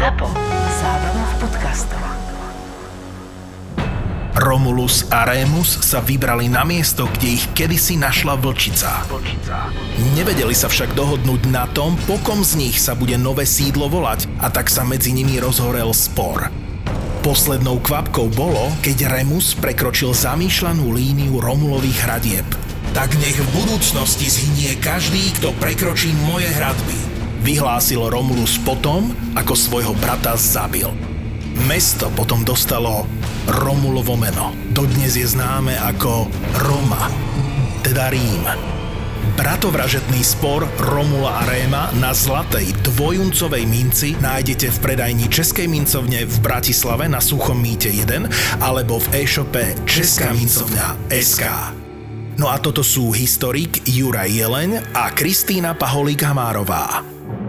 ZAPO. Zábrná v podcastov. Romulus a Rémus sa vybrali na miesto, kde ich kedysi našla vlčica. Nevedeli sa však dohodnúť na tom, po kom z nich sa bude nové sídlo volať, a tak sa medzi nimi rozhorel spor. Poslednou kvapkou bolo, keď Rémus prekročil zamýšľanú líniu Romulových hradieb. Tak nech v budúcnosti zhynie každý, kto prekročí moje hradby, vyhlásil Romulus potom, ako svojho brata zabil. Mesto potom dostalo Romulovo meno. Dodnes je známe ako Roma, teda Rím. Bratovražedný spor Romula a Réma na zlatej dvojuncovej minci nájdete v predajni Českej mincovne v Bratislave na Suchom mýte 1 alebo v e-shope Česká mincovňa SK. No a toto sú historik Juraj Jeleň a Kristýna Paholík-Hamárová.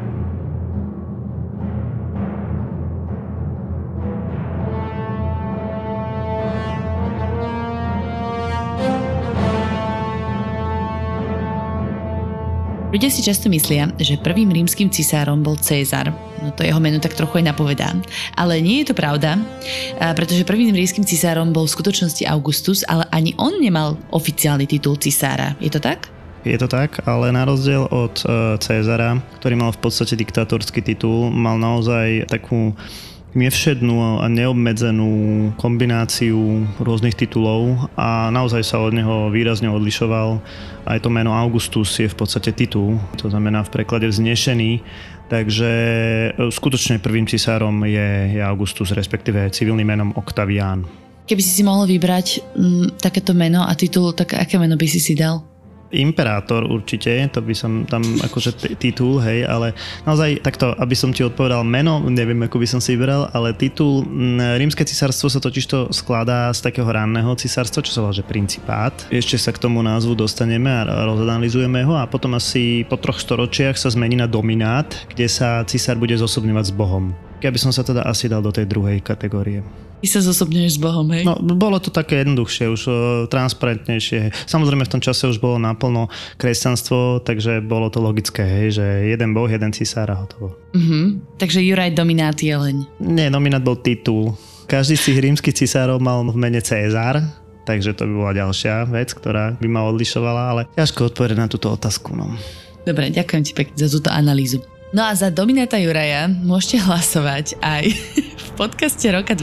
Ľudia si často myslia, že prvým rímskym cisárom bol Cézar. No to jeho meno tak trochu aj napovedá. Ale nie je to pravda, pretože prvým rímskym cisárom bol v skutočnosti Augustus, ale ani on nemal oficiálny titul cisára. Je to tak? Je to tak, ale na rozdiel od Cézara, ktorý mal v podstate diktátorský titul, mal naozaj takú nevšednú a neobmedzenú kombináciu rôznych titulov a naozaj sa od neho výrazne odlišoval. Aj to meno Augustus je v podstate titul, to znamená v preklade vznešený, takže skutočne prvým cisárom je Augustus, respektíve civilným menom Octavian. Keby si mohol vybrať takéto meno a titul, tak aké meno by si dal? Imperátor určite, to by som tam akože titul, hej, ale naozaj takto, aby som ti odpovedal meno, neviem, ako by som si vybral, ale titul, rímske cisárstvo sa totižto skladá z takého ranného cisárstva, čo sa volá, že principát. Ešte sa k tomu názvu dostaneme a rozanalizujeme ho a potom asi po 3 storočiach sa zmení na dominát, kde sa cisár bude zosobňovať s Bohom. Ja by som sa teda asi dal do tej druhej kategórie. Ty sa zosobňuješ s Bohom, hej? No, bolo to také jednoduchšie, už transparentnejšie. Samozrejme v tom čase už bolo naplno kresťanstvo, takže bolo to logické, hej, že jeden Boh, jeden cisár a hotovo. Takže Juraj dominát Jeleň. Nie, dominát bol titul. Každý z tých rímskych cisárov mal v mene Cézar, takže to by bola ďalšia vec, ktorá by ma odlišovala, ale ťažko odpovedať na túto otázku. No. Dobre, ďakujem ti pekne za túto analýzu. No a za domináta Juraja môžete hlasovať aj v podcaste roka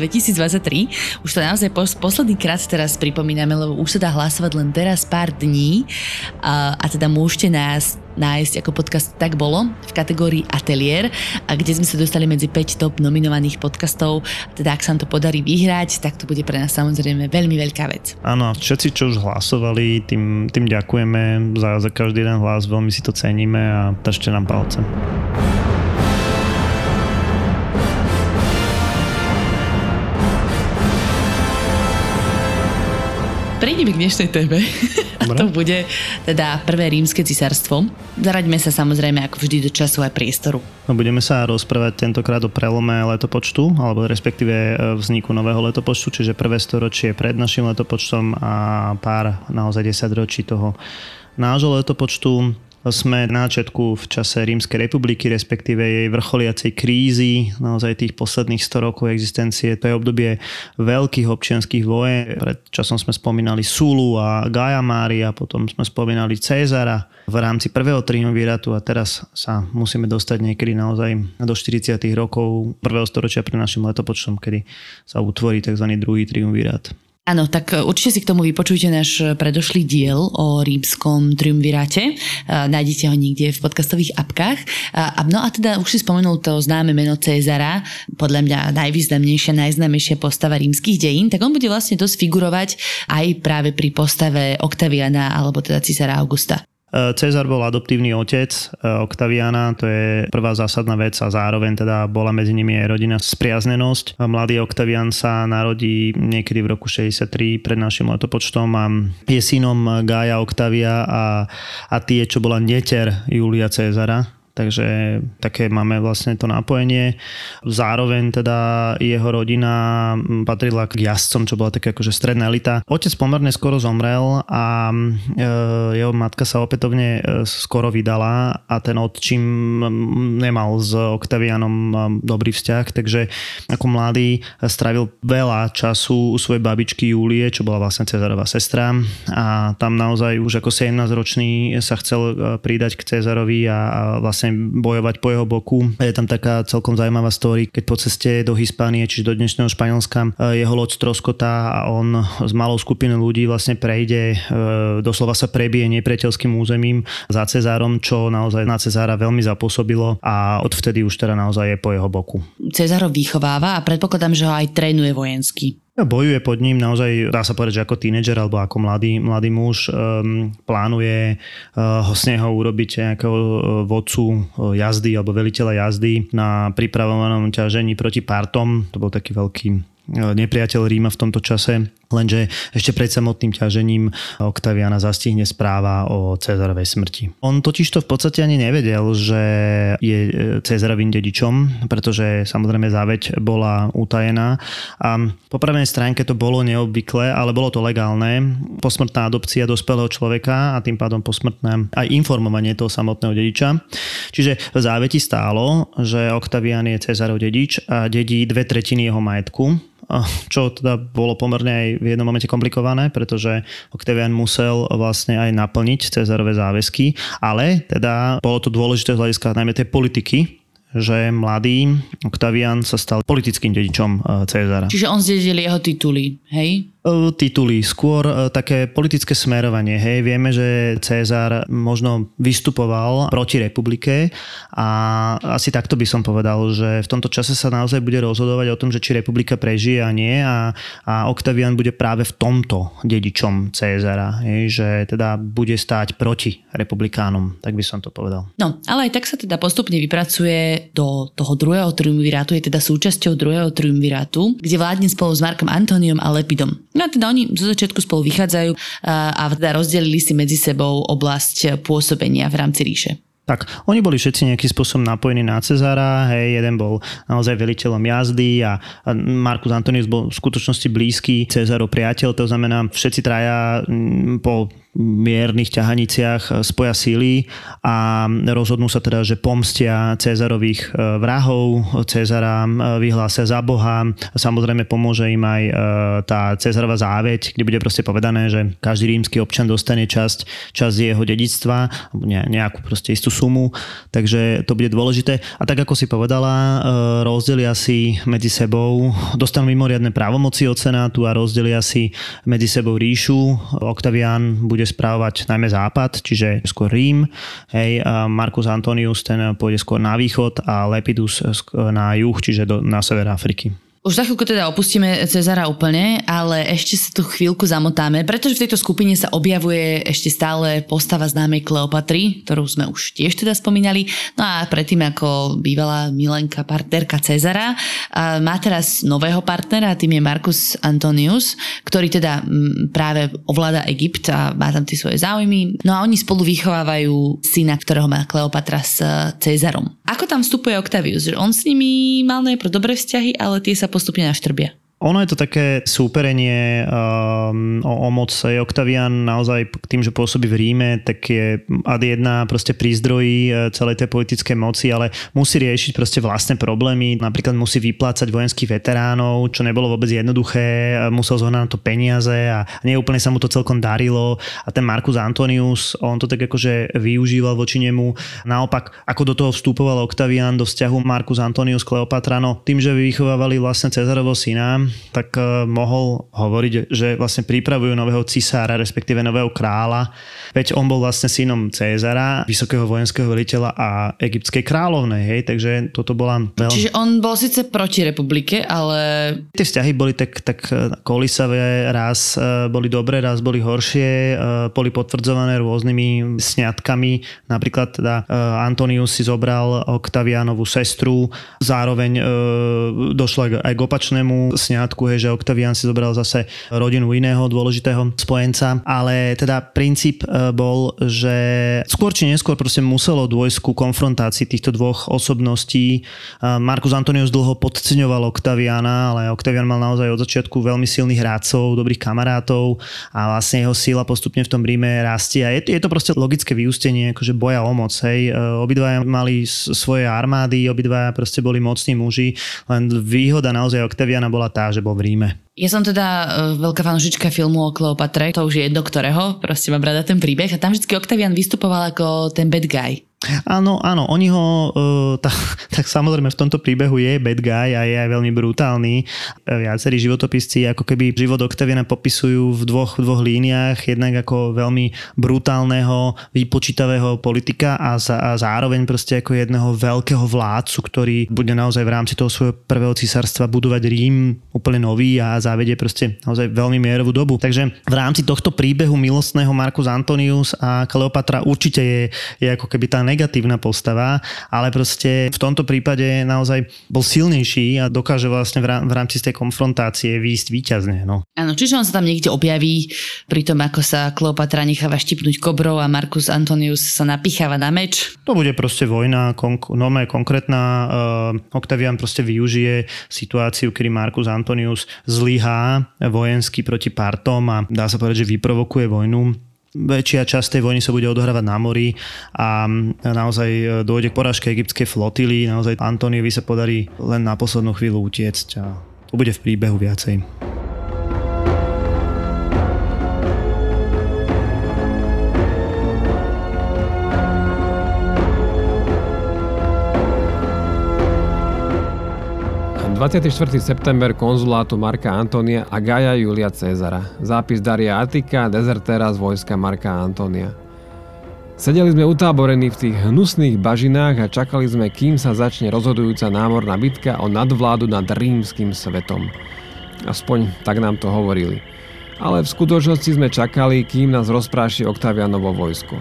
2023. Už to naozaj posledný krát teraz pripomíname, lebo už sa dá hlasovať len teraz pár dní a teda môžete nás nájsť ako podcast Tak bolo v kategórii Ateliér, a kde sme sa dostali medzi 5 top nominovaných podcastov. Teda ak sa nám to podarí vyhrať, tak to bude pre nás samozrejme veľmi veľká vec. Áno, všetci, čo už hlasovali, tým ďakujeme za každý jeden hlas, veľmi si to ceníme a držte nám palce. Prejdeme k dnešnej téme. A to bude teda prvé rímske cisárstvo. Zaraďme sa samozrejme ako vždy do času a priestoru. No, budeme sa rozprávať tentokrát o prelome letopočtu, alebo respektíve vzniku nového letopočtu, čiže prvé storočie pred našim letopočtom a pár naozaj 10 ročí toho nášho letopočtu. Sme na začiatku v čase Rímskej republiky, respektíve jej vrcholiacej krízy, naozaj tých posledných 100 rokov existencie. To je obdobie veľkých občianskych vojen. Pred časom sme spomínali Sulu a Gaia Mária, potom sme spomínali Cézara v rámci prvého triumvirátu a teraz sa musíme dostať niekedy naozaj do 40. rokov prvého storočia pred našim letopočtom, kedy sa utvorí tzv. Druhý triumvirát. Áno, tak určite si k tomu vypočujte náš predošlý diel o rímskom triumviráte. Nájdete ho niekde v podcastových apkách. No a teda už si spomenul to známe meno Cézara, podľa mňa najznámejšia postava rímskych dejín, tak on bude vlastne dosť figurovať aj práve pri postave Octaviana, alebo teda cisára Augusta. Cézar bol adoptívny otec Octaviana, to je prvá zásadná vec a zároveň teda bola medzi nimi aj rodinná spriaznenosť. Mladý Octavian sa narodí niekedy v roku 63 pred našim letopočtom a je synom Gaia Octavia a tie, čo bola neter Julia Cézara. takže také máme vlastne to napojenie. Zároveň teda jeho rodina patrila k jazdcom, čo bola taká akože stredná elita. Otec pomerne skoro zomrel a jeho matka sa opätovne skoro vydala a ten otčím nemal s Octavianom dobrý vzťah, takže ako mladý strávil veľa času u svojej babičky Júlie, čo bola vlastne Cezarová sestra, a tam naozaj už ako 17-ročný sa chcel pridať k Cezarovi a vlastne bojovať po jeho boku. Je tam taká celkom zaujímavá story, keď po ceste do Hispánie, čiže do dnešného Španielska, jeho loď stroskotá a on s malou skupinou ľudí vlastne prejde, doslova sa prebije nepriateľským územím za Cezárom, čo naozaj na Cezára veľmi zapôsobilo a odvtedy už teda naozaj je po jeho boku. Cezar ho vychováva a predpokladám, že ho aj trénuje vojensky. Bojuje pod ním naozaj, dá sa povedať, že ako tínedžer alebo ako mladý muž plánuje z neho urobiť nejakého vodcu jazdy alebo veliteľa jazdy na pripravovanom ťažení proti Partom. To bol taký veľký nepriateľ Ríma v tomto čase, lenže ešte pred samotným ťažením Octaviana zastihne správa o Cezarovej smrti. On totižto v podstate ani nevedel, že je Cezarovým dedičom, pretože samozrejme záveď bola utajená a po pravej stránke to bolo neobvyklé, ale bolo to legálne. Posmrtná adopcia dospelého človeka a tým pádom posmrtné aj informovanie toho samotného dediča. Čiže v záveti stálo, že Octavian je Cezarov dedič a dedí 2/3 jeho majetku, čo teda bolo pomerne aj v jednom momente komplikované, pretože Octavian musel vlastne aj naplniť Cezarove záväzky, ale teda bolo to dôležité z hľadiska najmä tej politiky, že mladý Octavian sa stal politickým dedičom Cezara. Čiže on zdedil jeho tituly, hej? Tituly, skôr také politické smerovanie. Hej, vieme, že Cezar možno vystupoval proti republike a asi takto by som povedal, že v tomto čase sa naozaj bude rozhodovať o tom, že či republika prežije a nie a Octavian bude práve v tomto dedičom Cezara, hej, že teda bude stáť proti republikánom, tak by som to povedal. No, ale aj tak sa teda postupne vypracuje do toho druhého triumvirátu, je teda súčasťou druhého triumvirátu, kde vládne spolu s Markom Antoniom a Lepidom. No a teda oni zo začiatku spolu vychádzajú a teda rozdelili si medzi sebou oblasť pôsobenia v rámci ríše. Tak, oni boli všetci nejakým spôsobom napojení na Cezara, hej, jeden bol naozaj veliteľom jazdy a Marcus Antonius bol v skutočnosti blízky Cezarov priateľ, to znamená všetci traja po miernych ťahaniciach spoja síly a rozhodnú sa teda, že pomstia Cezarových vrahov, Cezara vyhlásia za Boha, samozrejme pomôže im aj tá Cezarova záveď, kde bude proste povedané, že každý rímsky občan dostane časť jeho dedičstva, nejakú proste istú sumu, takže to bude dôležité. A tak ako si povedala, rozdelia si medzi sebou, dostanú mimoriadne právomoci od senátu a rozdelia si medzi sebou ríšu. Octavian bude správovať najmä západ, čiže skôr Rím, hej, a Marcus Antonius ten pôjde skôr na východ a Lepidus na juh, čiže na sever Afriky. Už za chvíľku teda opustíme Cezara úplne, ale ešte sa tu chvíľku zamotáme, pretože v tejto skupine sa objavuje ešte stále postava známej Kleopatry, ktorú sme už tiež teda spomínali. No a predtým ako bývalá milenka partnerka Cezara, má teraz nového partnera, tým je Marcus Antonius, ktorý teda práve ovláda Egypt a má tam tie svoje záujmy. No a oni spolu vychovávajú syna, ktorého má Kleopatra s Cezarom. Ako tam vstupuje Octavius? Že on s nimi mal najprv dobré vzťahy, ale tie sa postupne naštrbia. Ono je to také súperenie o moc. Octavian naozaj tým, že pôsobí v Ríme, tak je ad jedna proste pri zdroji celej tej politickej moci, ale musí riešiť proste vlastné problémy. Napríklad musí vyplácať vojenských veteránov, čo nebolo vôbec jednoduché. Musel zohnať na to peniaze a neúplne sa mu to celkom darilo. A ten Marcus Antonius, on to tak akože využíval voči nemu. Naopak, ako do toho vstupoval Octavian do vzťahu Marcus Antonius Kleopatra, no tým, že vychovávali vlastne Cezarovo syna, tak mohol hovoriť, že vlastne pripravujú nového cisára, respektíve nového kráľa. Veď on bol vlastne synom Cézara, vysokého vojenského veliteľa a egyptskej kráľovnej, hej, takže toto bola veľmi... Čiže on bol síce proti republike, ale... Tie vzťahy boli tak kolísavé, raz boli dobré, raz boli horšie, boli potvrdzované rôznymi sňatkami, napríklad teda Antonius si zobral Octavianovú sestru, zároveň došlo aj k opačnému sňatku smiatku, že Octavian si zobral zase rodinu iného dôležitého spojenca, ale teda princíp bol, že skôr či neskôr proste muselo dôjsť ku konfrontácii týchto dvoch osobností. Marcus Antonius dlho podceňoval Octaviana, ale Octavian mal naozaj od začiatku veľmi silných hráčov, dobrých kamarátov a vlastne jeho síla postupne v tom Ríme rastie a je to proste logické vyústenie akože boja o moc, hej. Obidvaja mali svoje armády, obidvaja proste boli mocní muži, len výhoda naozaj Octaviana bola tá, že bol v Ríme. Ja som teda veľká fanúšička filmu o Kleopatre, to už je jedno ktorého, proste mám rada ten príbeh a tam vždycky Octavian vystupoval ako ten bad guy. Áno, oni ho, tak samozrejme v tomto príbehu je bad guy a je aj veľmi brutálny. Viacerí životopisci ako keby život Octaviana popisujú v dvoch líniách, jednak ako veľmi brutálneho, vypočítavého politika a zároveň proste ako jedného veľkého vládcu, ktorý bude naozaj v rámci toho svojho prvého císarstva budovať Rím úplne nový a závedie proste naozaj veľmi mierovú dobu. Takže v rámci tohto príbehu milostného Marcus Antonius a Kleopatra určite je ako keby tá negatívna postava, ale proste v tomto prípade naozaj bol silnejší a dokáže vlastne v rámci tej konfrontácie výjsť víťazne. No. Áno, čiže on sa tam niekde objaví pri tom, ako sa Kleopatra necháva štipnúť kobrou a Marcus Antonius sa napicháva na meč. To bude proste vojna, konkrétna. Octavian proste využije situáciu, kedy Marcus Antonius zlyhá vojensky proti Partom a dá sa povedať, že vyprovokuje vojnu. Väčšia časť tej vojny sa bude odohrávať na mori a naozaj dôjde k porážke egyptskej flotily. Naozaj Antoniovi sa podarí len na poslednú chvíľu utiecť a to bude v príbehu viacej. A 24. september konzulátu Marka Antonia a Gaia Julia Cézara. Zápis Daria Attika, dezertéra z vojska Marka Antonia. Sedeli sme utáborení v tých hnusných bažinách a čakali sme, kým sa začne rozhodujúca námorná bitka o nadvládu nad rímskym svetom. Aspoň tak nám to hovorili. Ale v skutočnosti sme čakali, kým nás rozpráši Octavianovo vojsko.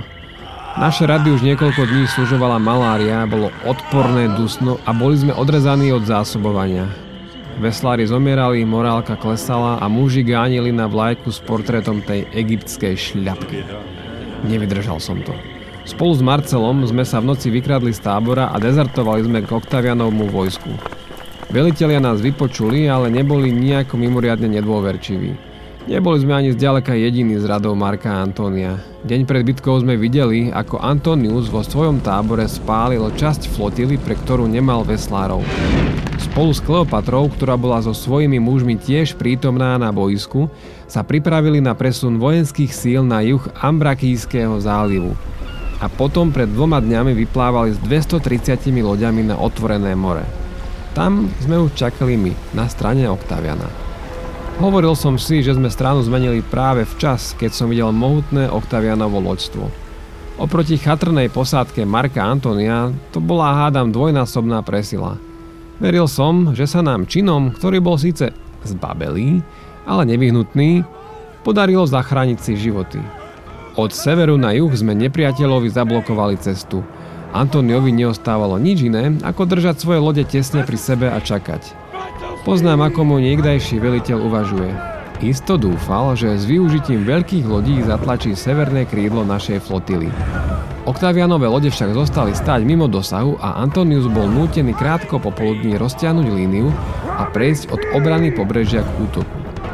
Naše rady už niekoľko dní služovala malária, bolo odporné dusno a boli sme odrezaní od zásobovania. Veslári zomierali, morálka klesala a muži gánili na vlajku s portrétom tej egyptskej šľapky. Nevydržal som to. Spolu s Marcelom sme sa v noci vykradli z tábora a dezertovali sme k Octavianovmu vojsku. Velitelia nás vypočuli, ale neboli nejako mimoriadne nedôverčiví. Neboli sme ani zďaleka jediní z radov Marka Antonia. Deň pred bitkou sme videli, ako Antonius vo svojom tábore spálil časť flotily, pre ktorú nemal veslárov. Spolu s Kleopatrou, ktorá bola so svojimi mužmi tiež prítomná na boisku, sa pripravili na presun vojenských síl na juh Ambrakijského zálivu. A potom pred 2 dňami vyplávali s 230 loďami na otvorené more. Tam sme už čakali my, na strane Octaviana. Hovoril som si, že sme stranu zmenili práve včas, keď som videl mohutné Octavianovo loďstvo. Oproti chatrnej posádke Marka Antonia to bola hádam dvojnásobná presila. Veril som, že sa nám činom, ktorý bol síce zbabelý, ale nevyhnutný, podarilo zachrániť si životy. Od severu na juh sme nepriateľovi zablokovali cestu. Antoniovi neostávalo nič iné, ako držať svoje lode tesne pri sebe a čakať. Poznám, ako mu niekdajší veliteľ uvažuje. Isto dúfal, že s využitím veľkých lodí zatlačí severné krídlo našej flotily. Octavianove lode však zostali stáť mimo dosahu a Antonius bol nútený krátko popoludní roztiahnuť líniu a prejsť od obrany pobrežia k útoku.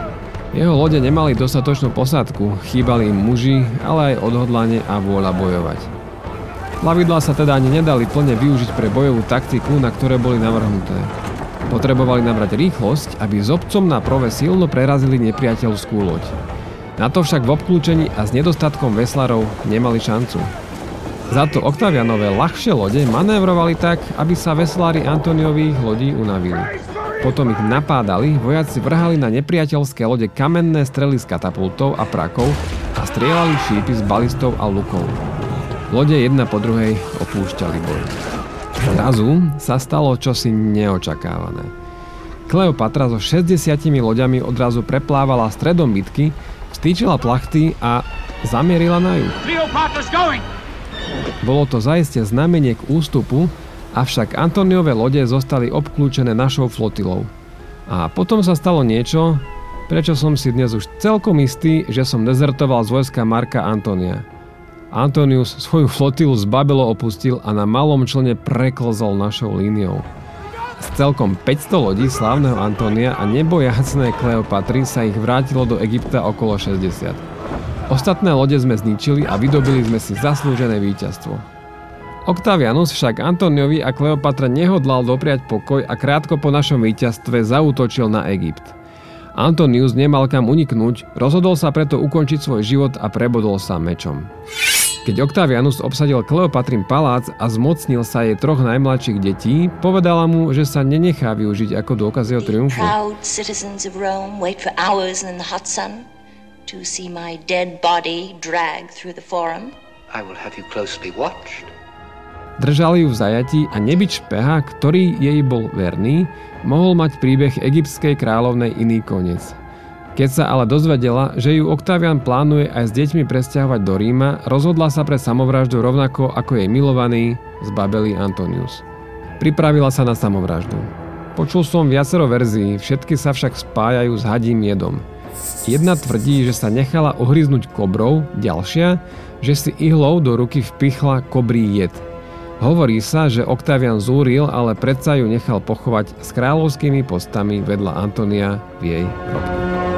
Jeho lode nemali dostatočnú posádku, chýbali im muži, ale aj odhodlanie a vôľa bojovať. Plavidlá sa teda ani nedali plne využiť pre bojovú taktiku, na ktoré boli navrhnuté. Potrebovali nabrať rýchlosť, aby s obcom na prove silno prerazili nepriateľskú loď. Na to však v obklúčení a s nedostatkom veslárov nemali šancu. Za to Octavianové ľahšie lode manévrovali tak, aby sa veslári Antoniových lodí unavili. Potom ich napádali, vojaci vrhali na nepriateľské lode kamenné strely z katapultov a prakov a strieľali šípy z balistov a lukov. Lode jedna po druhej opúšťali boj. Zrazu sa stalo čosi neočakávané. Kleopatra so 60 loďami odrazu preplávala stredom bitky, vstýčila plachty a zamierila na juh. Bolo to zaiste znamenie k ústupu, avšak Antoniove lode zostali obklúčené našou flotilou. A potom sa stalo niečo, prečo som si dnes už celkom istý, že som dezertoval z vojska Marka Antonia. Antonius svoju flotilu z Babelo opustil a na malom člne preklzol našou líniou. Z celkom 500 lodí slávneho Antonia a nebojacnej Kleopatry sa ich vrátilo do Egypta okolo 60. Ostatné lode sme zničili a vydobili sme si zaslúžené víťazstvo. Octavianus však Antoniovi a Kleopatre nehodlal dopriať pokoj a krátko po našom víťazstve zaútočil na Egypt. Antonius nemal kam uniknúť, rozhodol sa preto ukončiť svoj život a prebodol sa mečom. Keď Octavianus obsadil Kleopatrin palác a zmocnil sa jej 3 najmladších detí, povedala mu, že sa nenechá využiť ako dôkaz jeho triumfu. Proud citizens of Rome wait for hours in the hot sun to see my dead body drag through the forum. I will have you closely watched. Držali ju v zajatí a nebyť špeha, ktorý jej bol verný, mohol mať príbeh egyptskej kráľovnej iný koniec. Keď sa ale dozvedela, že ju Octavian plánuje aj s deťmi presťahovať do Ríma, rozhodla sa pre samovraždu rovnako ako jej milovaný z Babely Antonius. Pripravila sa na samovraždu. Počul som viacero verzií, všetky sa však spájajú s hadím jedom. Jedna tvrdí, že sa nechala ohryznúť kobrou, ďalšia, že si ihlou do ruky vpichla kobrý jed. Hovorí sa, že Octavian zúril, ale predsa ju nechal pochovať s kráľovskými postami vedľa Antonia v jej hrobku.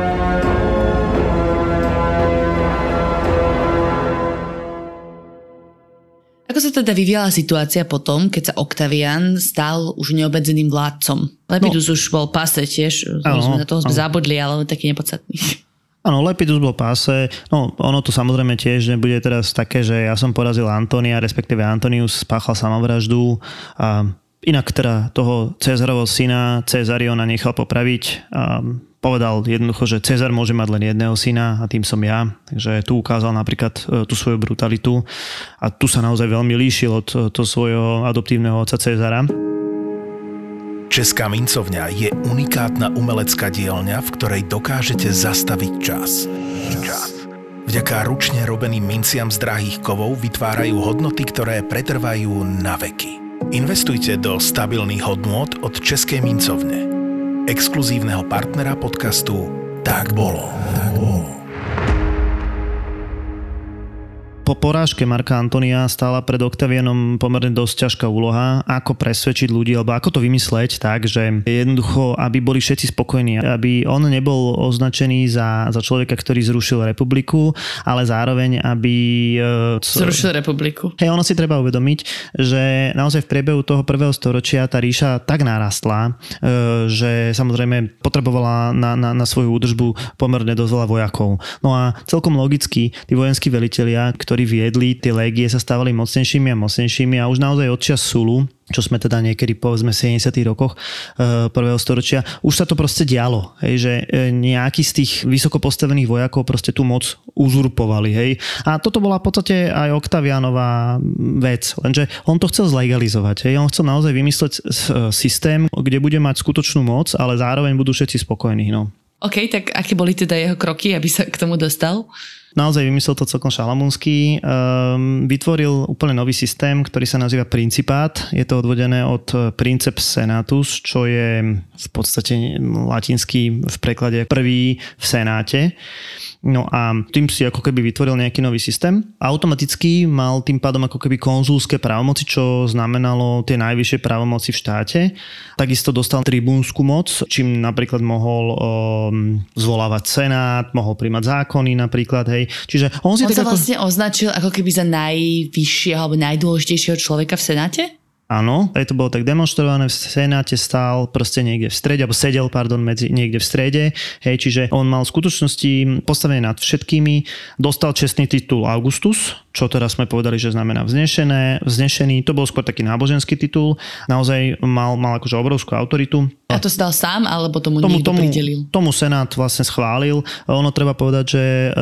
Ako sa teda vyvíjala situácia potom, keď sa Octavian stal už neobmedzeným vládcom? Lepidus už bol páse tiež, na toho sme zabudli, ale taký nepodstatný. Áno, Lepidus bol páse. No, ono to samozrejme tiež nebude teraz také, že ja som porazil Antonia, respektíve Antonius spáchal samovraždu a inak teda toho Cezarovho syna Cezariona nechal popraviť a povedal jednoducho, že Cezar môže mať len jedného syna a tým som ja. Takže tu ukázal napríklad tú svoju brutalitu a tu sa naozaj veľmi líšil od toho svojho adoptívneho otca Cezara. Česká mincovňa je unikátna umelecká dielňa, v ktorej dokážete zastaviť čas. Vďaka ručne robeným minciam z drahých kovov vytvárajú hodnoty, ktoré pretrvajú na veky. Investujte do stabilných hodnôt od Českej mincovne. Exkluzívneho partnera podcastu Tak bolo. Po porážke Marka Antonia stála pred Octavianom pomerne dosť ťažká úloha, ako presvedčiť ľudí, alebo ako to vymysleť tak, že jednoducho, aby boli všetci spokojní, aby on nebol označený za človeka, ktorý zrušil republiku, ale zároveň, aby... Zrušil republiku. Hej, ono si treba uvedomiť, že naozaj v priebehu toho 1. storočia tá ríša tak narastla, že samozrejme potrebovala na svoju údržbu pomerne dosť veľa vojakov. No a celkom logicky tí vojenskí velitelia, ktorí viedli, tie légie sa stávali mocnejšími a mocnejšími a už naozaj od čias Sulu, čo sme teda niekedy povedzme v 70. rokoch 1. storočia, už sa to proste dialo, hej, že nejakí z tých vysoko postavených vojakov proste tú moc uzurpovali, hej. A toto bola v podstate aj Octavianová vec, lenže on to chcel zlegalizovať, hej. On chcel naozaj vymysleť systém, kde bude mať skutočnú moc, ale zároveň budú všetci spokojní, no. OK, tak aké boli teda jeho kroky, aby sa k tomu dostal? Naozaj vymyslel to celkom šalamúnsky. Vytvoril úplne nový systém, ktorý sa nazýva principát. Je to odvodené od princeps senatus, čo je v podstate latinský v preklade prvý v senáte. No a tým si ako keby vytvoril nejaký nový systém. Automaticky mal tým pádom ako keby konzulské právomoci, čo znamenalo tie najvyššie právomoci v štáte. Takisto dostal tribúnsku moc, čím napríklad mohol zvolávať senát, mohol príjmať zákony napríklad, hej. Čiže on si on tak sa vlastne označil ako keby za najvyššieho alebo najdôležitejšieho človeka v senáte? Áno, aj to bolo tak demonstrované, v senáte stál proste niekde v strede, alebo sedel, niekde v strede, hej, čiže on mal v skutočnosti postavené nad všetkými, dostal čestný titul Augustus, čo teraz sme povedali, že znamená vznešený, to bol skôr taký náboženský titul, naozaj mal akože obrovskú autoritu. A to si dal sám, alebo tomu niekto pridelil? Tomu senát vlastne schválil. Ono treba povedať, že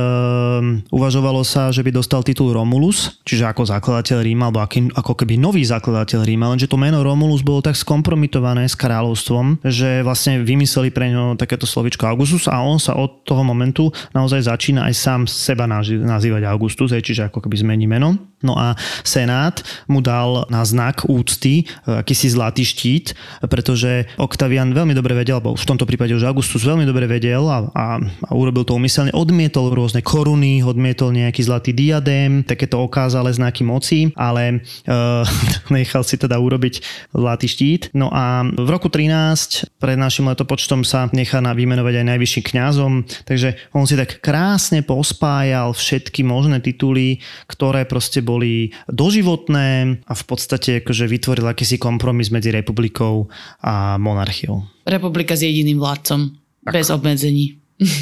uvažovalo sa, že by dostal titul Romulus, čiže ako zakladateľ Ríma, alebo ako keby nový zakladateľ Ríma, lenže to meno Romulus bolo tak skompromitované s kráľovstvom, že vlastne vymysleli pre ňo takéto slovičko Augustus a on sa od toho momentu naozaj začína aj sám seba nazývať Augustus, čiže ako keby zmení meno. No a Senát mu dal na znak úcty akýsi zlatý štít, pretože Octavian veľmi dobre vedel, alebo v tomto prípade už Augustus veľmi dobre vedel a urobil to úmyselne, odmietol rôzne koruny, odmietol nejaký zlatý diadém, takéto okázale znaky moci, ale nechal si teda urobiť zlatý štít. No a v roku 13 pred našim letopočtom sa nechá vymenovať aj najvyšším kňazom, takže on si tak krásne pospájal všetky možné tituly, ktoré proste boli doživotné a v podstate akože vytvoril akýsi kompromis medzi republikou a monarchiou. Republika s jediným vládcom, bez obmedzení.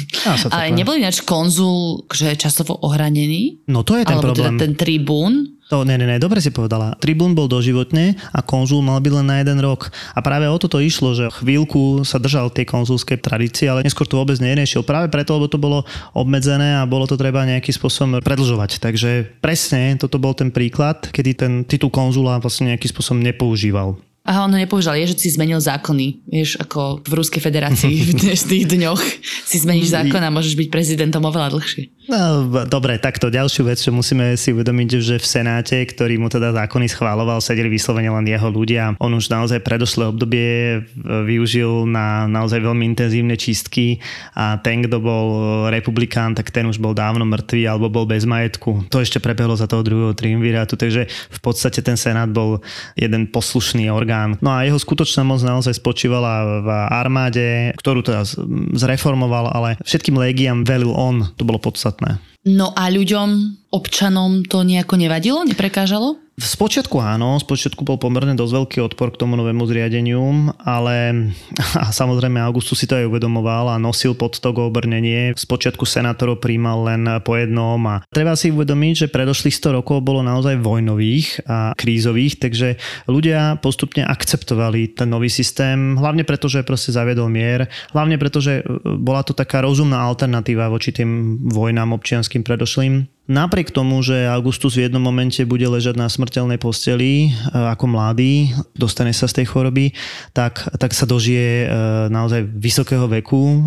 Ale nebol ináč konzul časovo ohranený? No to je ten problém. Alebo teda ten tribún? Ne, dobre si povedala. Tribún bol doživotne a konzul mal byť len na 1 rok. A práve o toto išlo, že chvíľku sa držal tej konzulskej tradície, ale neskôr to vôbec neriešil. Práve preto, lebo to bolo obmedzené a bolo to treba nejakým spôsobom predĺžovať. Takže presne toto bol ten príklad, kedy ten titul konzula vlastne nejakým spôsobom nepoužíval. Aha, on ho nepoužíval. Ježiš si zmenil zákony. Vieš, ako v Ruskej federácii v dnešných dňoch si zmeníš zákon a môžeš byť prezidentom oveľa dlhšie. No, dobre, takto ďalšiu vec, čo musíme si uvedomiť, že v Senáte, ktorý mu teda zákony schváľoval, sedeli vyslovene len jeho ľudia. On už naozaj predošlé obdobie využil na naozaj veľmi intenzívne čistky a ten, kto bol republikán, tak ten už bol dávno mŕtvý alebo bol bez majetku. To ešte prebehlo za toho druhého triumvirátu, takže v podstate ten Senát bol jeden poslušný orgán. No a jeho skutočná moc naozaj spočívala v armáde, ktorú teda zreformoval, ale všetkým légiám velil on. To bolo podstatné. No a ľuďom, občanom to nejako nevadilo? Neprekážalo? Spočiatku áno, spočiatku bol pomerne dosť veľký odpor k tomu novému zriadeniu, ale a samozrejme Augustus si to aj uvedomoval a nosil pod to obrnenie. Spočiatku senátorov prijímal len po jednom a treba si uvedomiť, že predošlých 100 rokov bolo naozaj vojnových a krízových, takže ľudia postupne akceptovali ten nový systém, hlavne preto, že proste zaviedol mier, hlavne preto, že bola to taká rozumná alternatíva voči tým vojnám občianskym predošlým. Napriek tomu, že Augustus v jednom momente bude ležať na smrteľnej posteli ako mladý, dostane sa z tej choroby, tak sa dožije naozaj vysokého veku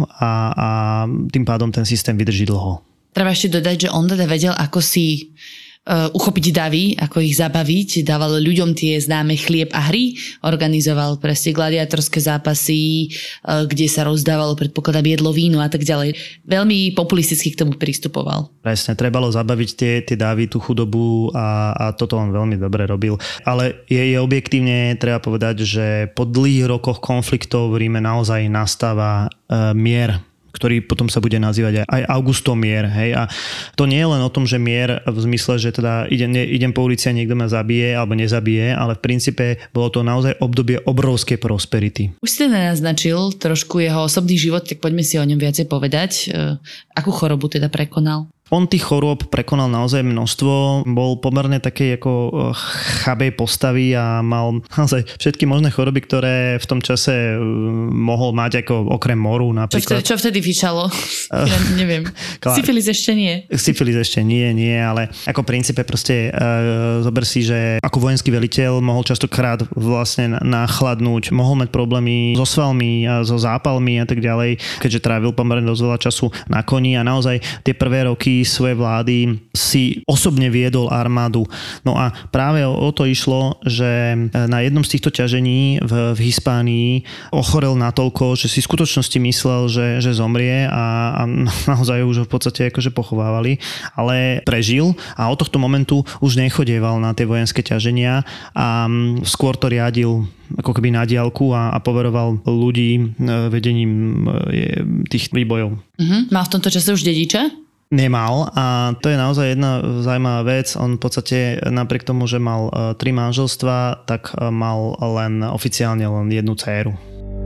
a tým pádom ten systém vydrží dlho. Treba ešte dodať, že on teda vedel, ako si uchopiť davy, ako ich zabaviť, dával ľuďom tie známe chlieb a hry, organizoval presne gladiátorské zápasy, kde sa rozdávalo, predpokladám, jedlo, víno a tak ďalej. Veľmi populisticky k tomu pristupoval. Presne, trebalo zabaviť tie davy, tú chudobu a toto on veľmi dobre robil. Ale je objektívne treba povedať, že po dlhých rokoch konfliktov v Ríme naozaj nastáva mier, ktorý potom sa bude nazývať aj Augustomier. Hej? A to nie je len o tom, že mier v zmysle, že teda idem po ulici a niekto ma zabije alebo nezabije, ale v princípe bolo to naozaj obdobie obrovskej prosperity. Už ste naznačil trošku jeho osobný život, tak poďme si o ňom viacej povedať. Akú chorobu teda prekonal? On tých chorôb prekonal naozaj množstvo, bol pomerne takej ako chabej postavy a mal naozaj všetky možné choroby, ktoré v tom čase mohol mať ako okrem moru napríklad. Čo vtedy fičalo? Ja neviem. Syfilis ešte nie. Syfilis ešte nie, ale ako v princípe proste zober si, že ako vojenský veliteľ mohol častokrát vlastne nachladnúť, mohol mať problémy so svalmi a so zápalmi a tak ďalej, keďže trávil pomerne dosť veľa času na koni a naozaj tie prvé roky svojej vlády si osobne viedol armádu. No a práve o to išlo, že na jednom z týchto ťažení v Hispánii ochorel natoľko, že si v skutočnosti myslel, že zomrie a naozaj už ho v podstate akože pochovávali, ale prežil a od tohto momentu už nechodieval na tie vojenské ťaženia a skôr to riadil ako keby na diaľku a poveroval ľudí vedením tých výbojov. Mal v tomto čase už dediča? Nemal a to je naozaj jedna zaujímavá vec. On v podstate napriek tomu, že mal 3 manželstva, tak mal len oficiálne len jednu dcéru.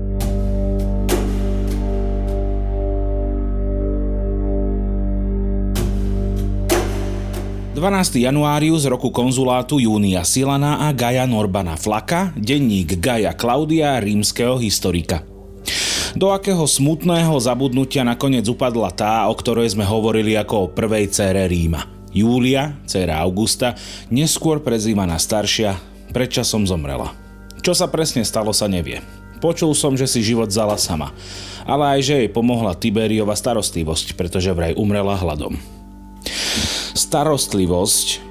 Januárius roku konzulátu Júnia Silana a Gaia Norbana Flaka, denník Gaia Claudia, rímskeho historika. Do akého smutného zabudnutia nakoniec upadla tá, o ktorej sme hovorili ako o prvej dcére Ríma. Júlia, dcéra Augusta, neskôr prezývaná staršia, predčasom zomrela. Čo sa presne stalo, sa nevie. Počul som, že si život vzala sama, ale aj že jej pomohla Tiberiova starostlivosť, pretože vraj umrela hladom. Starostlivosť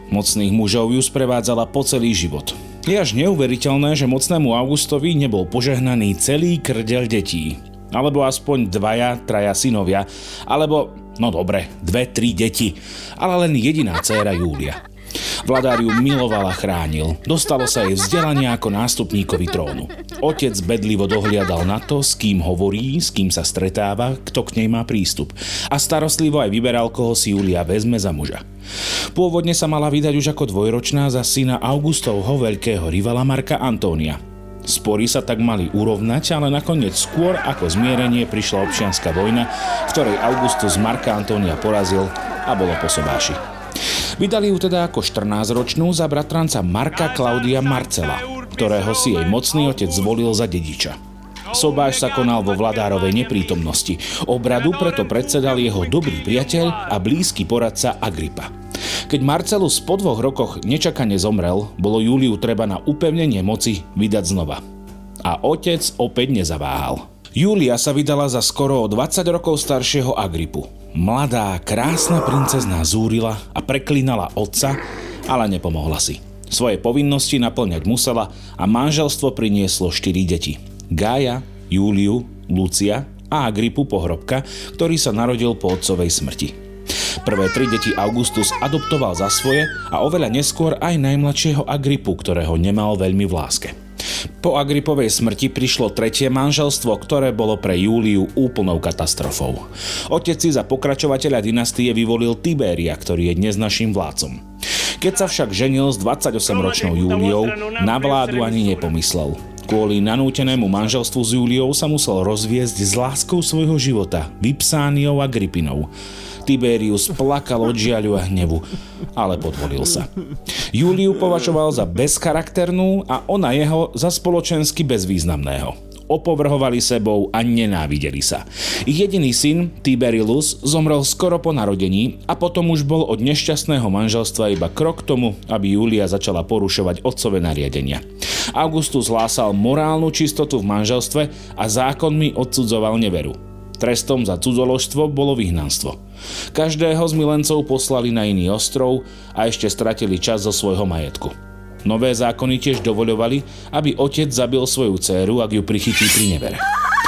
Mocných mužov ju sprevádzala po celý život. Je až neuveriteľné, že mocnému Augustovi nebol požehnaný celý krdeľ detí. Alebo aspoň 2-3 synovia, alebo, no dobre, 2-3 deti, ale len jediná dcéra Júlia. Vladár ju miloval a chránil. Dostalo sa jej vzdelanie ako nástupníkovi trónu. Otec bedlivo dohliadal na to, s kým hovorí, s kým sa stretáva, kto k nej má prístup. A starostlivo aj vyberal, koho si Júlia vezme za muža. Pôvodne sa mala vydať už ako dvojročná za syna Augustovho veľkého rivala Marka Antónia. Spory sa tak mali urovnať, ale nakoniec skôr ako zmierenie prišla občianska vojna, v ktorej Augustus Marka Antónia porazil a bolo po sobáši. Vydali ju teda ako 14-ročnú za bratranca Marka Klaudia Marcela, ktorého si jej mocný otec zvolil za dediča. Sobáš sa konal vo vladárovej neprítomnosti. Obradu preto predsedal jeho dobrý priateľ a blízky poradca Agrippa. Keď Marcelus po 2 rokoch nečakane zomrel, bolo Júliu treba na upevnenie moci vydať znova. A otec opäť nezaváhal. Júlia sa vydala za skoro o 20 rokov staršieho Agrippu. Mladá, krásna princezná zúrila a preklínala otca, ale nepomohla si. Svoje povinnosti naplňať musela a manželstvo prinieslo 4 deti. Gája, Júliu, Lucia a Agrippu pohrobka, ktorý sa narodil po otcovej smrti. Prvé 3 deti Augustus adoptoval za svoje a oveľa neskôr aj najmladšieho Agrippu, ktorého nemal veľmi v láske. Po Agrippovej smrti prišlo 3. manželstvo, ktoré bolo pre Júliu úplnou katastrofou. Otec si za pokračovateľa dynastie vyvolil Tiberia, ktorý je dnes naším vládcom. Keď sa však ženil s 28-ročnou Júliou, na vládu ani nepomyslel. Kvôli nanútenému manželstvu s Júliou sa musel rozviesť s láskou svojho života, Vipsániou a Agripinou. Tiberius plakal od žiaľu a hnevu, ale podvolil sa. Júliu považoval za bezcharakternú a ona jeho za spoločensky bezvýznamného. Opovrhovali sebou a nenávideli sa. Ich jediný syn, Tiberius, zomrel skoro po narodení a potom už bol od nešťastného manželstva iba krok k tomu, aby Júlia začala porušovať otcové nariadenia. Augustus hlásal morálnu čistotu v manželstve a zákonmi odsudzoval neveru. Trestom za cudzoložstvo bolo vyhnanstvo. Každého z milencov poslali na iný ostrov a ešte stratili čas zo svojho majetku. Nové zákony tiež dovoľovali, aby otec zabil svoju dcéru, ak ju prichytí pri nevere.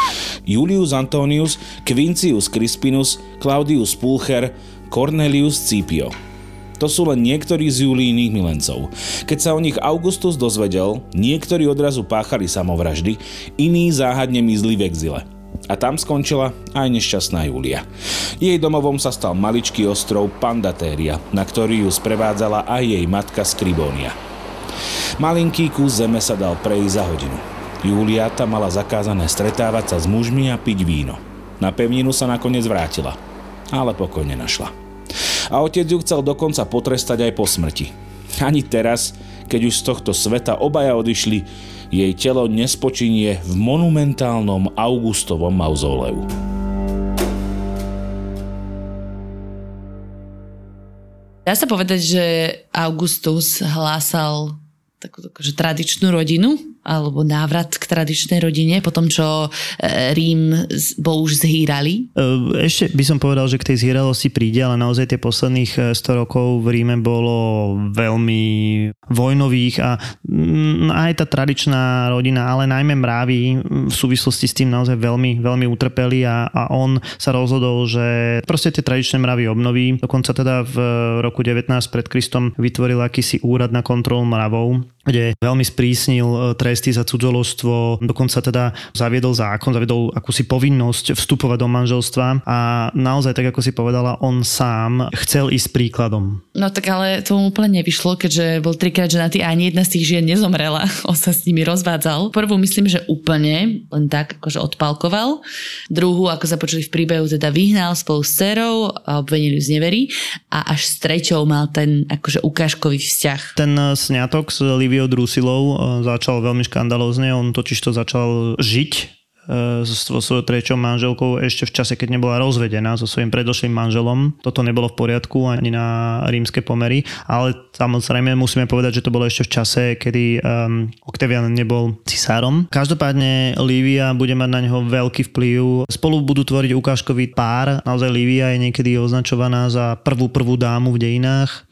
Julius Antonius, Quincius Crispinus, Claudius Pulcher, Cornelius Scipio. To sú len niektorí z Júlijných milencov. Keď sa o nich Augustus dozvedel, niektorí odrazu páchali samovraždy, iní záhadne mizli v exile. A tam skončila aj nešťastná Júlia. Jej domovom sa stal maličký ostrov Pandatéria, na ktorý ju sprevádzala aj jej matka Scribonia. Malinký kus zeme sa dal prejsť za hodinu. Júlia tam mala zakázané stretávať sa s mužmi a piť víno. Na pevninu sa nakoniec vrátila, ale pokoj nenašla. A otec ju chcel dokonca potrestať aj po smrti. Ani teraz, keď už z tohto sveta obaja odišli, jej telo nespočinie v monumentálnom Augustovom mauzóleu. Dá sa povedať, že Augustus hlásal takú tradičnú rodinu, alebo návrat k tradičnej rodine, po tom, čo Rím bol už zhýralý? Ešte by som povedal, že k tej zhýralosti príde, ale naozaj tie posledných 100 rokov v Ríme bolo veľmi vojnových a aj tá tradičná rodina, ale najmä mraví v súvislosti s tým naozaj veľmi, veľmi utrpeli a on sa rozhodol, že proste tie tradičné mravy obnoví. Dokonca teda v roku 19 pred Kristom vytvoril akýsi úrad na kontrolu mravov, kde veľmi sprísnil tresty za cudzoložstvo, dokonca teda zaviedol akúsi povinnosť vstupovať do manželstva a naozaj, tak ako si povedala, on sám chcel ísť príkladom. No tak ale to mu úplne nevyšlo, keďže bol 3-krát ženatý a ani jedna z tých žien nezomrela. On sa s nimi rozvádzal. Prvú myslím, že úplne, len tak akože odpálkoval. Druhú, ako sa počuli v príbehu, teda vyhnal spolu s dcerou a obvinili ju z neverí a až s treťou mal ten akože ukážkový vzťah. Ten sňatok s Liviou Drusilou začal veľmi škandalózne. On totižto začal žiť so svojou treťou manželkou ešte v čase, keď nebola rozvedená so svojím predošlým manželom. Toto nebolo v poriadku ani na rímske pomery, ale samozrejme musíme povedať, že to bolo ešte v čase, kedy Octavian nebol cisárom. Každopádne Livia bude mať na neho veľký vplyv. Spolu budú tvoriť ukážkový pár. Naozaj Livia je niekedy označovaná za prvú dámu v dejinách.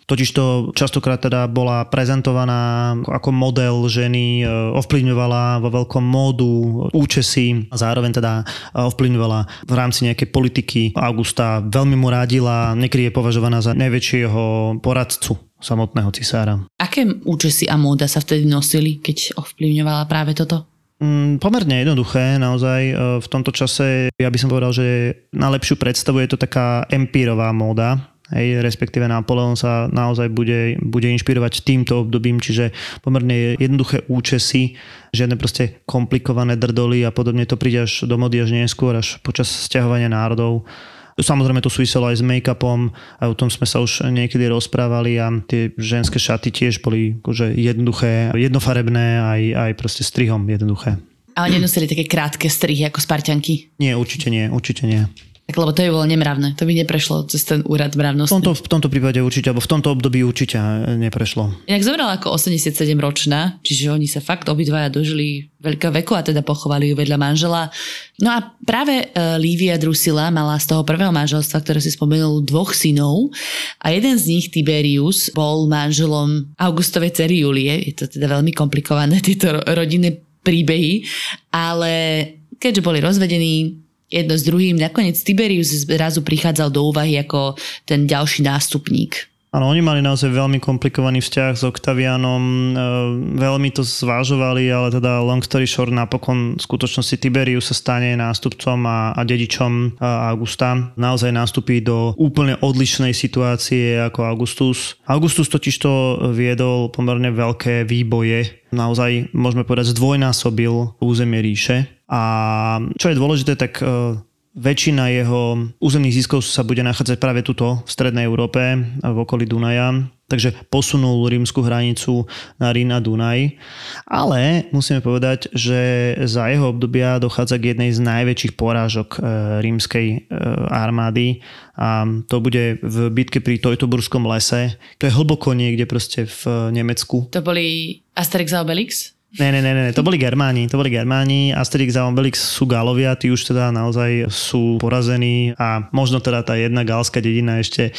Totižto častokrát teda bola prezentovaná ako model ženy, ovplyvňovala vo veľkom módu, účesy a zároveň teda ovplyvňovala v rámci nejakej politiky. Augusta veľmi mu rádila, niekedy je považovaná za najväčšieho poradcu samotného cisára. Aké účesy a móda sa vtedy nosili, keď ovplyvňovala práve toto? Pomerne jednoduché, naozaj v tomto čase ja by som povedal, že najlepšiu predstavu je to taká empírová móda. Hej, respektíve Napoleon sa naozaj bude inšpirovať týmto obdobím, čiže pomerne jednoduché účesy, žiadne proste komplikované drdoly a podobne, to príde až do mody až neskôr, až počas sťahovania národov. Samozrejme to súviselo aj s make-upom, a o tom sme sa už niekedy rozprávali a tie ženské šaty tiež boli akože jednoduché, jednofarebné, aj proste strihom jednoduché. Ale nenosili také krátke strihy ako Sparťanky? Nie, určite nie. Tak lebo to by bolo nemravné, to by neprešlo cez ten úrad mravnosti. V tomto prípade určite, alebo v tomto období určite neprešlo. Inak zomrela ako 87-ročná, čiže oni sa fakt obidvaja dožili veľkého veku a teda pochovali ju vedľa manžela. No a práve Livia Drusilla mala z toho prvého manželstva, ktoré si spomenul, 2 synov a jeden z nich, Tiberius, bol manželom Augustovej dcery Julie. Je to teda veľmi komplikované, tieto rodinné príbehy, ale keďže boli rozvedení jedno s druhým, nakoniec Tiberius zrazu prichádzal do úvahy ako ten ďalší nástupník. Áno, oni mali naozaj veľmi komplikovaný vzťah s Octavianom, veľmi to zvážovali, ale teda long story short, napokon v skutočnosti Tiberius sa stane nástupcom a dedičom Augusta. Naozaj nastúpi do úplne odlišnej situácie ako Augustus. Augustus totižto viedol pomerne veľké výboje. Naozaj, môžeme povedať, zdvojnásobil územie ríše. A čo je dôležité, tak väčšina jeho územných ziskov sa bude nachádzať práve tuto v strednej Európe, v okolí Dunaja. Takže posunul rímsku hranicu na Rín a Dunaj. Ale musíme povedať, že za jeho obdobia dochádza k jednej z najväčších porážok rímskej armády. A to bude v bitke pri Teutoburskom lese. To je hlboko niekde proste v Nemecku. To boli Asterix a Obelix? Ne, to boli Germáni, Asterix a Obelix sú Gálovia, tí už teda naozaj sú porazení a možno teda tá jedna gálska dedina ešte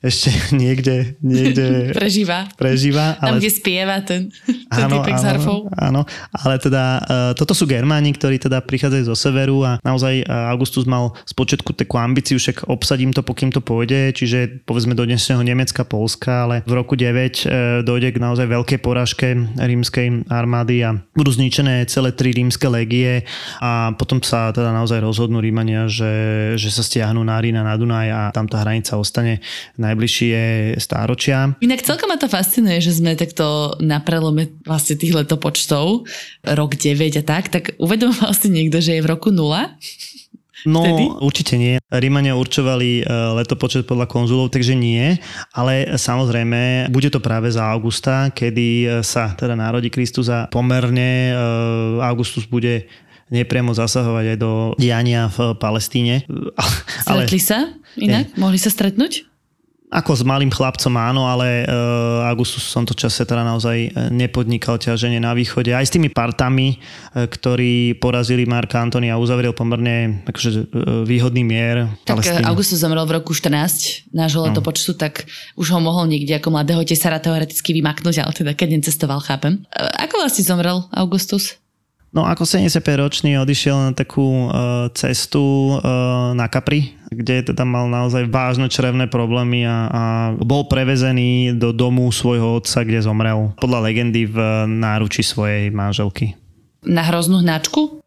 niekde prežíva. Ale... Tam, kde spieva ten typek s harfou. Áno, ale teda toto sú Germáni, ktorí teda prichádzajú zo severu a naozaj Augustus mal spočiatku takú ambíciu, však obsadím to, pokým to pôjde, čiže povedzme do dnešného Nemecka, Poľska, ale v roku 9 dojde k naozaj veľkej porážke rímskej armády a budú zničené celé 3 rímske légie a potom sa teda naozaj rozhodnú Rímania, že sa stiahnu na Rín a na Dunaj a tam tá hranica ostane najbližšie stáročia. Inak celkom ma to fascinuje, že sme takto na prelome vlastne tých letopočtov, rok 9 a tak uvedomoval si niekto, že je v roku 0? No, vtedy? Určite nie. Rímania určovali letopočet podľa konzulov, takže nie. Ale samozrejme, bude to práve za Augusta, kedy sa teda narodí Kristus a pomerne Augustus bude nepriamo zasahovať aj do diania v Palestíne. Stretli sa inak? Mohli sa stretnúť? Ako s malým chlapcom áno, ale Augustus v tomto čase teda naozaj nepodnikal ťaženie na východe. Aj s tými partami, ktorí porazili Marka Antonia a uzavrel pomerne akože výhodný mier. Tak Augustus zomrel v roku 14 nášho letopočtu, tak už ho mohol niekde ako mladého tesára teoreticky vymaknúť, ale teda keď necestoval, chápem. Ako vlastne zomrel Augustus? No ako 75-ročný odišiel na takú cestu na Capri, kde teda mal naozaj vážne črevné problémy a bol prevezený do domu svojho otca, kde zomrel. Podľa legendy v náruči svojej manželky. Na hroznú hnačku?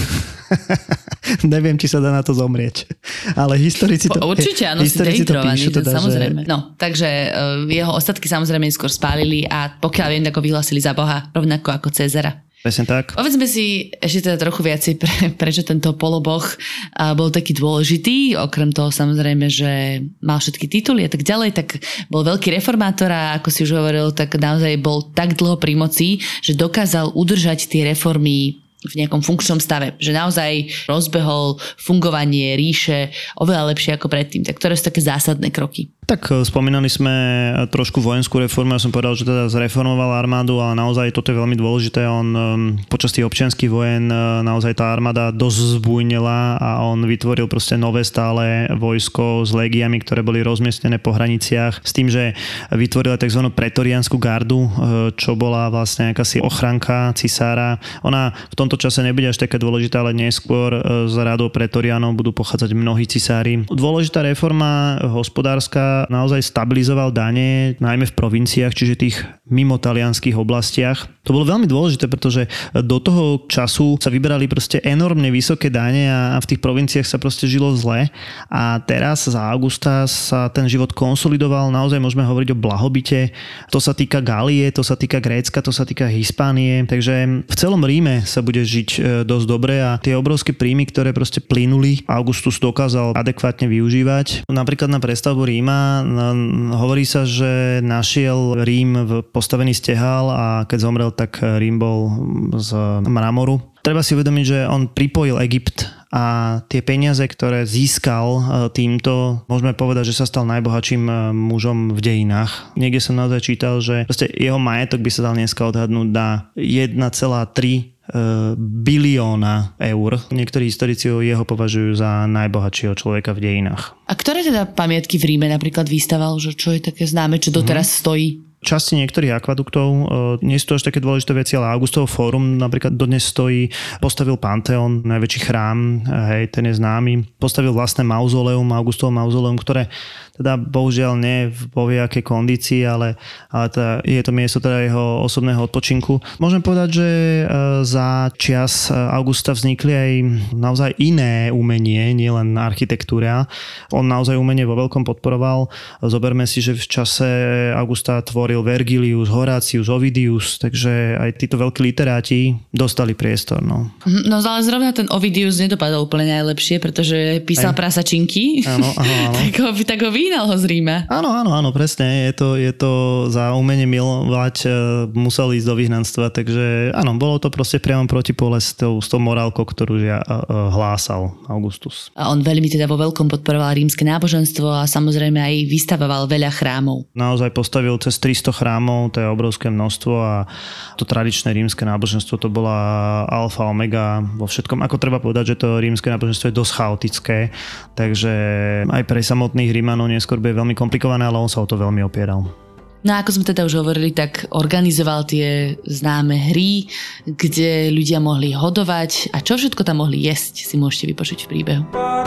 Neviem, či sa dá na to zomrieť. Ale historici to určite, áno, si dehydrovaný, teda, samozrejme. Že... No, takže jeho ostatky samozrejme skôr spálili a pokiaľ viem, tak ho vyhlásili za Boha, rovnako ako Cezara. Presne tak. Povedzme si ešte teda trochu viacej, prečo tento poloboh bol taký dôležitý. Okrem toho samozrejme, že mal všetky tituly a tak ďalej, tak bol veľký reformátor a ako si už hovoril, tak naozaj bol tak dlho pri moci, že dokázal udržať tie reformy v nejakom funkčnom stave, že naozaj rozbehol fungovanie ríše oveľa lepšie ako predtým. Tak ktoré sú také zásadné kroky? Tak spomínali sme trošku vojenskú reformu, ja som povedal, že teda zreformoval armádu, ale naozaj toto je veľmi dôležité. On počas tých občianskych vojen naozaj tá armáda dosť zbujnila a on vytvoril proste nové stále vojsko s légiami, ktoré boli rozmiestnené po hraniciach, s tým, že vytvorila tzv. Pretoriánsku gardu, čo bola vlastne akási ochranka cisára. Ona v tomto čase nebude až taká dôležitá, ale neskôr z radou pretoriánov budú pochádzať mnohí cisári. Dôležitá reforma hospodárska, naozaj stabilizoval dane, najmä v provinciách, čiže tých mimo talianských oblastiach. To bolo veľmi dôležité, pretože do toho času sa vyberali proste enormne vysoké dane a v tých provinciách sa proste žilo zle. A teraz za Augusta sa ten život konsolidoval, naozaj môžeme hovoriť o blahobite. To sa týka Galie, to sa týka Grécka, to sa týka Hispánie. Takže v celom Ríme sa bude žiť dosť dobre a tie obrovské príjmy, ktoré proste plynuli, Augustus dokázal adekvátne využívať. Napríklad na prestavbu Ríma hovorí sa, že našiel Rím postavený stehál a keď zomrel, tak Rím bol z mramoru. Treba si uvedomiť, že on pripojil Egypt a tie peniaze, ktoré získal týmto, môžeme povedať, že sa stal najbohatším mužom v dejinách. Niekde som naozaj čítal, že jeho majetok by sa dal dneska odhadnúť na 1,3 bilióna eur. Niektorí historici jeho považujú za najbohatšieho človeka v dejinách. A ktoré teda pamiatky v Ríme napríklad vystaval, že čo je také známe, čo doteraz stojí? Časti niektorých akvaduktov, nie sú to až také dôležité veci, ale Augustovo fórum napríklad dodnes stojí, postavil Pantheon, najväčší chrám, hej, ten je známy, postavil vlastné mauzoleum, Augustovo mauzoleum, ktoré teda bohužiaľ nie v boviakej kondícii, ale teda je to miesto teda jeho osobného odpočinku. Môžem povedať, že za čias Augusta vznikli aj naozaj iné umenie, nielen architektúra. On naozaj umenie vo veľkom podporoval. Zoberme si, že v čase Augusta tvoril Vergilius, Horácius, Ovidius, takže aj títo veľkí literáti dostali priestor. No ale zrovna ten Ovidius nedopadol úplne najlepšie, pretože písal prasačinky. Áno. tak ho vyhnal ho z Ríma. Áno, presne. Je to za umenie milovať musel ísť do vyhnanstva, takže áno, bolo to proste priamo protipole s tou morálkou, ktorú hlásal Augustus. A on veľmi teda vo veľkom podporoval rímske náboženstvo a samozrejme aj vystavoval veľa chrámov. Naozaj postavil cez 300 chrámov, to je obrovské množstvo a to tradičné rímske náboženstvo to bola alfa, omega vo všetkom. Ako treba povedať, že to rímske náboženstvo je dosť chaotické, takže aj pre samotných Rímanov neskôr bude veľmi komplikované, ale on sa o to veľmi opieral. No a ako sme teda už hovorili, tak organizoval tie známe hry, kde ľudia mohli hodovať a čo všetko tam mohli jesť, si môžete vypočuť v príbehu.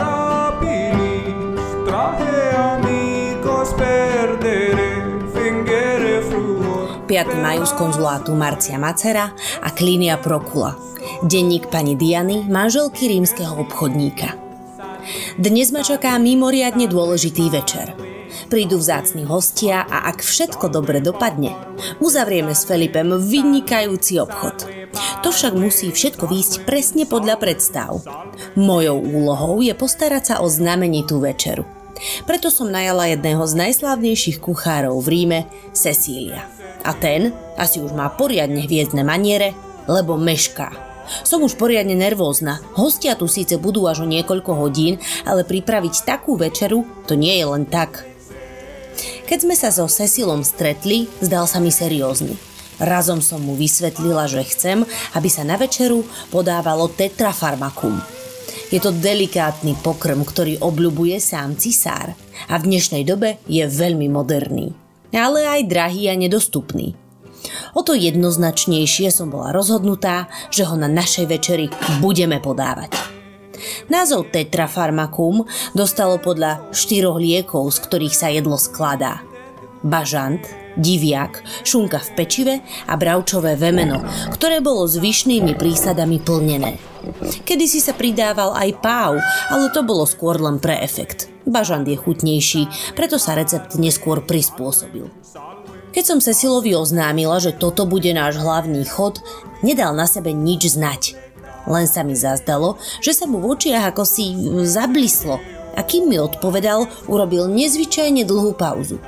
5. maj z konzulátu Marcia Macera a Klínia Procula. Denník pani Diany, manželky rímskeho obchodníka. Dnes ma čaká mimoriadne dôležitý večer. Prídu vzácni hostia a ak všetko dobre dopadne, uzavrieme s Felipem vynikajúci obchod. To však musí všetko výjsť presne podľa predstav. Mojou úlohou je postarať sa o znamenitú večeru. Preto som najala jedného z najslávnejších kuchárov v Ríme, Cecília. A ten asi už má poriadne hviezdne maniere, lebo mešká. Som už poriadne nervózna. Hostia tu síce budú až o niekoľko hodín, ale pripraviť takú večeru to nie je len tak. Keď sme sa so Cecilom stretli, zdal sa mi seriózny. Razom som mu vysvetlila, že chcem, aby sa na večeru podávalo tetrafarmakum. Je to delikátny pokrm, ktorý obľubuje sám cisár a v dnešnej dobe je veľmi moderný. Ale aj drahý a nedostupný. O to jednoznačnejšie som bola rozhodnutá, že ho na našej večeri budeme podávať. Názov tetrafarmakum dostalo podľa 4 liekov, z ktorých sa jedlo skladá. Bažant, diviak, šunka v pečive a bravčové vemeno, ktoré bolo zvyšnými prísadami plnené. Kedysi sa pridával aj páv, ale to bolo skôr len pre efekt. Bažant je chutnejší, preto sa recept neskôr prispôsobil. Keď som Cecilovi oznámila, že toto bude náš hlavný chod, nedal na sebe nič znať. Len sa mi zazdalo, že sa mu v očiach ako si zablislo a kým mi odpovedal, urobil nezvyčajne dlhú pauzu.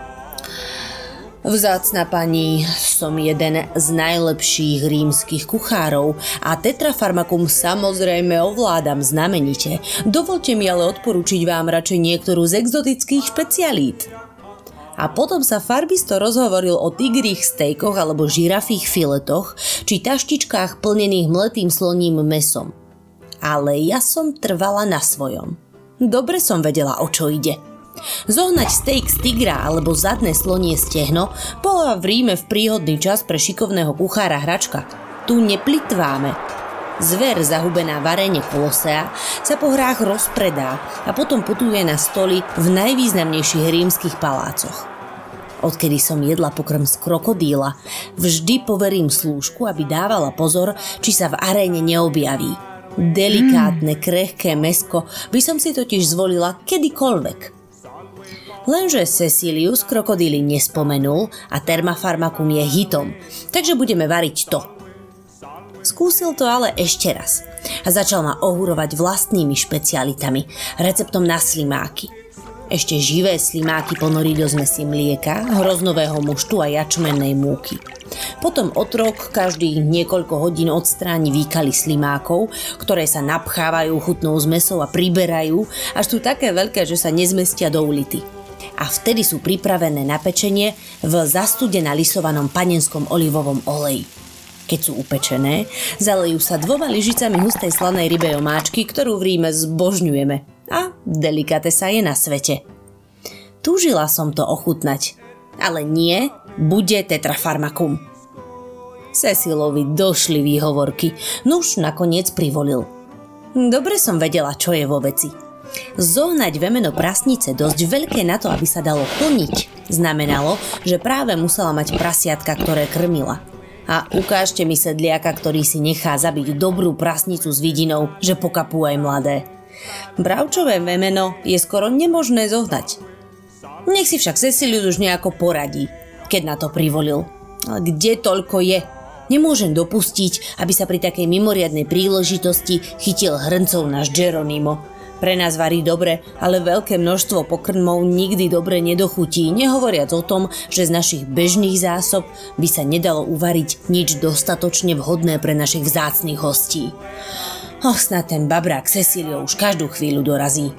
Vzácna pani, som jeden z najlepších rímskych kuchárov a tetrafarmakum samozrejme ovládam znamenite. Dovoľte mi ale odporúčiť vám radšej niektorú z exotických špecialít. A potom sa farbisto rozhovoril o tigrých stejkoch alebo žirafých filetoch či taštičkách plnených mletým sloním mesom. Ale ja som trvala na svojom. Dobre som vedela, o čo ide. Zohnať steak z tigra alebo zadné slonie stehno bola v Ríme v príhodný čas pre šikovného kuchára hračka. Tu neplitváme. Zver zahubená v aréne Kolosea sa po hrách rozpredá a potom putuje na stoly v najvýznamnejších rímskych palácoch. Odkedy som jedla pokrm z krokodíla, vždy poverím slúžku, aby dávala pozor, či sa v aréne neobjaví. Delikátne, krehké mäsko by som si totiž zvolila kedykoľvek. Lenže Cecilius krokodíly nespomenul a Thermafarmacum je hitom, takže budeme variť to. Skúsil to ale ešte raz a začal ma ohúrovať vlastnými špecialitami, receptom na slimáky. Ešte živé slimáky ponoriť do zmesi mlieka, hroznového muštu a jačmennej múky. Potom otrok každých niekoľko hodín odstráni výkaly slimákov, ktoré sa napchávajú chutnou zmesou a priberajú, až sú také veľké, že sa nezmestia do ulity. A vtedy sú pripravené na pečenie v zastudena lisovanom panenskom olivovom oleji. Keď sú upečené, zalejú sa 2 lyžicami hustej slanej rybej omáčky, ktorú v Ríme zbožňujeme. A delikatesa je na svete. Túžila som to ochutnať, ale nie, bude Tetrafarmacum. Cecilovi došli výhovorky, nuž nakoniec privolil. Dobre som vedela, čo je vo veci. Zohnať vemeno prasnice dosť veľké na to, aby sa dalo plniť, znamenalo, že práve musela mať prasiatka, ktoré krmila. A ukážte mi sedliaka, ktorý si nechá zabiť dobrú prasnicu s vidinou, že pokapú aj mladé. Bravčové vemeno je skoro nemožné zohnať. Nech si však Cecilius už nejako poradí, keď na to privolil. Ale kde toľko je? Nemôžem dopustiť, aby sa pri takej mimoriadnej príležitosti chytil hrncov náš Geronimo. Pre nás varí dobre, ale veľké množstvo pokrmov nikdy dobre nedochutí, nehovoriac o tom, že z našich bežných zásob by sa nedalo uvariť nič dostatočne vhodné pre našich vzácnych hostí. Snad ten babrák Cecilio už každú chvíľu dorazí.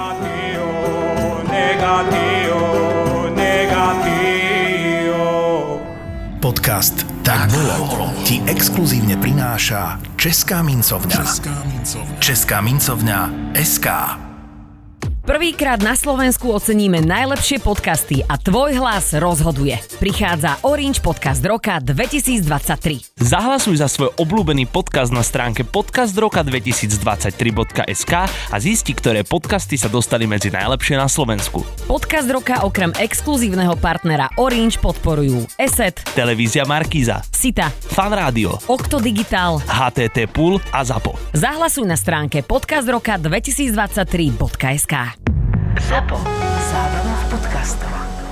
Podcast Tak bolo ti exkluzívne prináša Česká mincovňa. Česká mincovňa SK. Prvýkrát na Slovensku oceníme najlepšie podcasty a tvoj hlas rozhoduje. Prichádza Orange Podcast roka 2023. Zahlasuj za svoj obľúbený podcast na stránke podcastroka2023.sk a zisti, ktoré podcasty sa dostali medzi najlepšie na Slovensku. Podcast roka okrem exkluzívneho partnera Orange podporujú ESET, Televízia Markíza, Sita, Fan Rádio, Okto Digital, HTT Pool a ZAPO. Zahlasuj na stránke podcastroka2023.sk. ZAPO. Zábrná v podcastovách.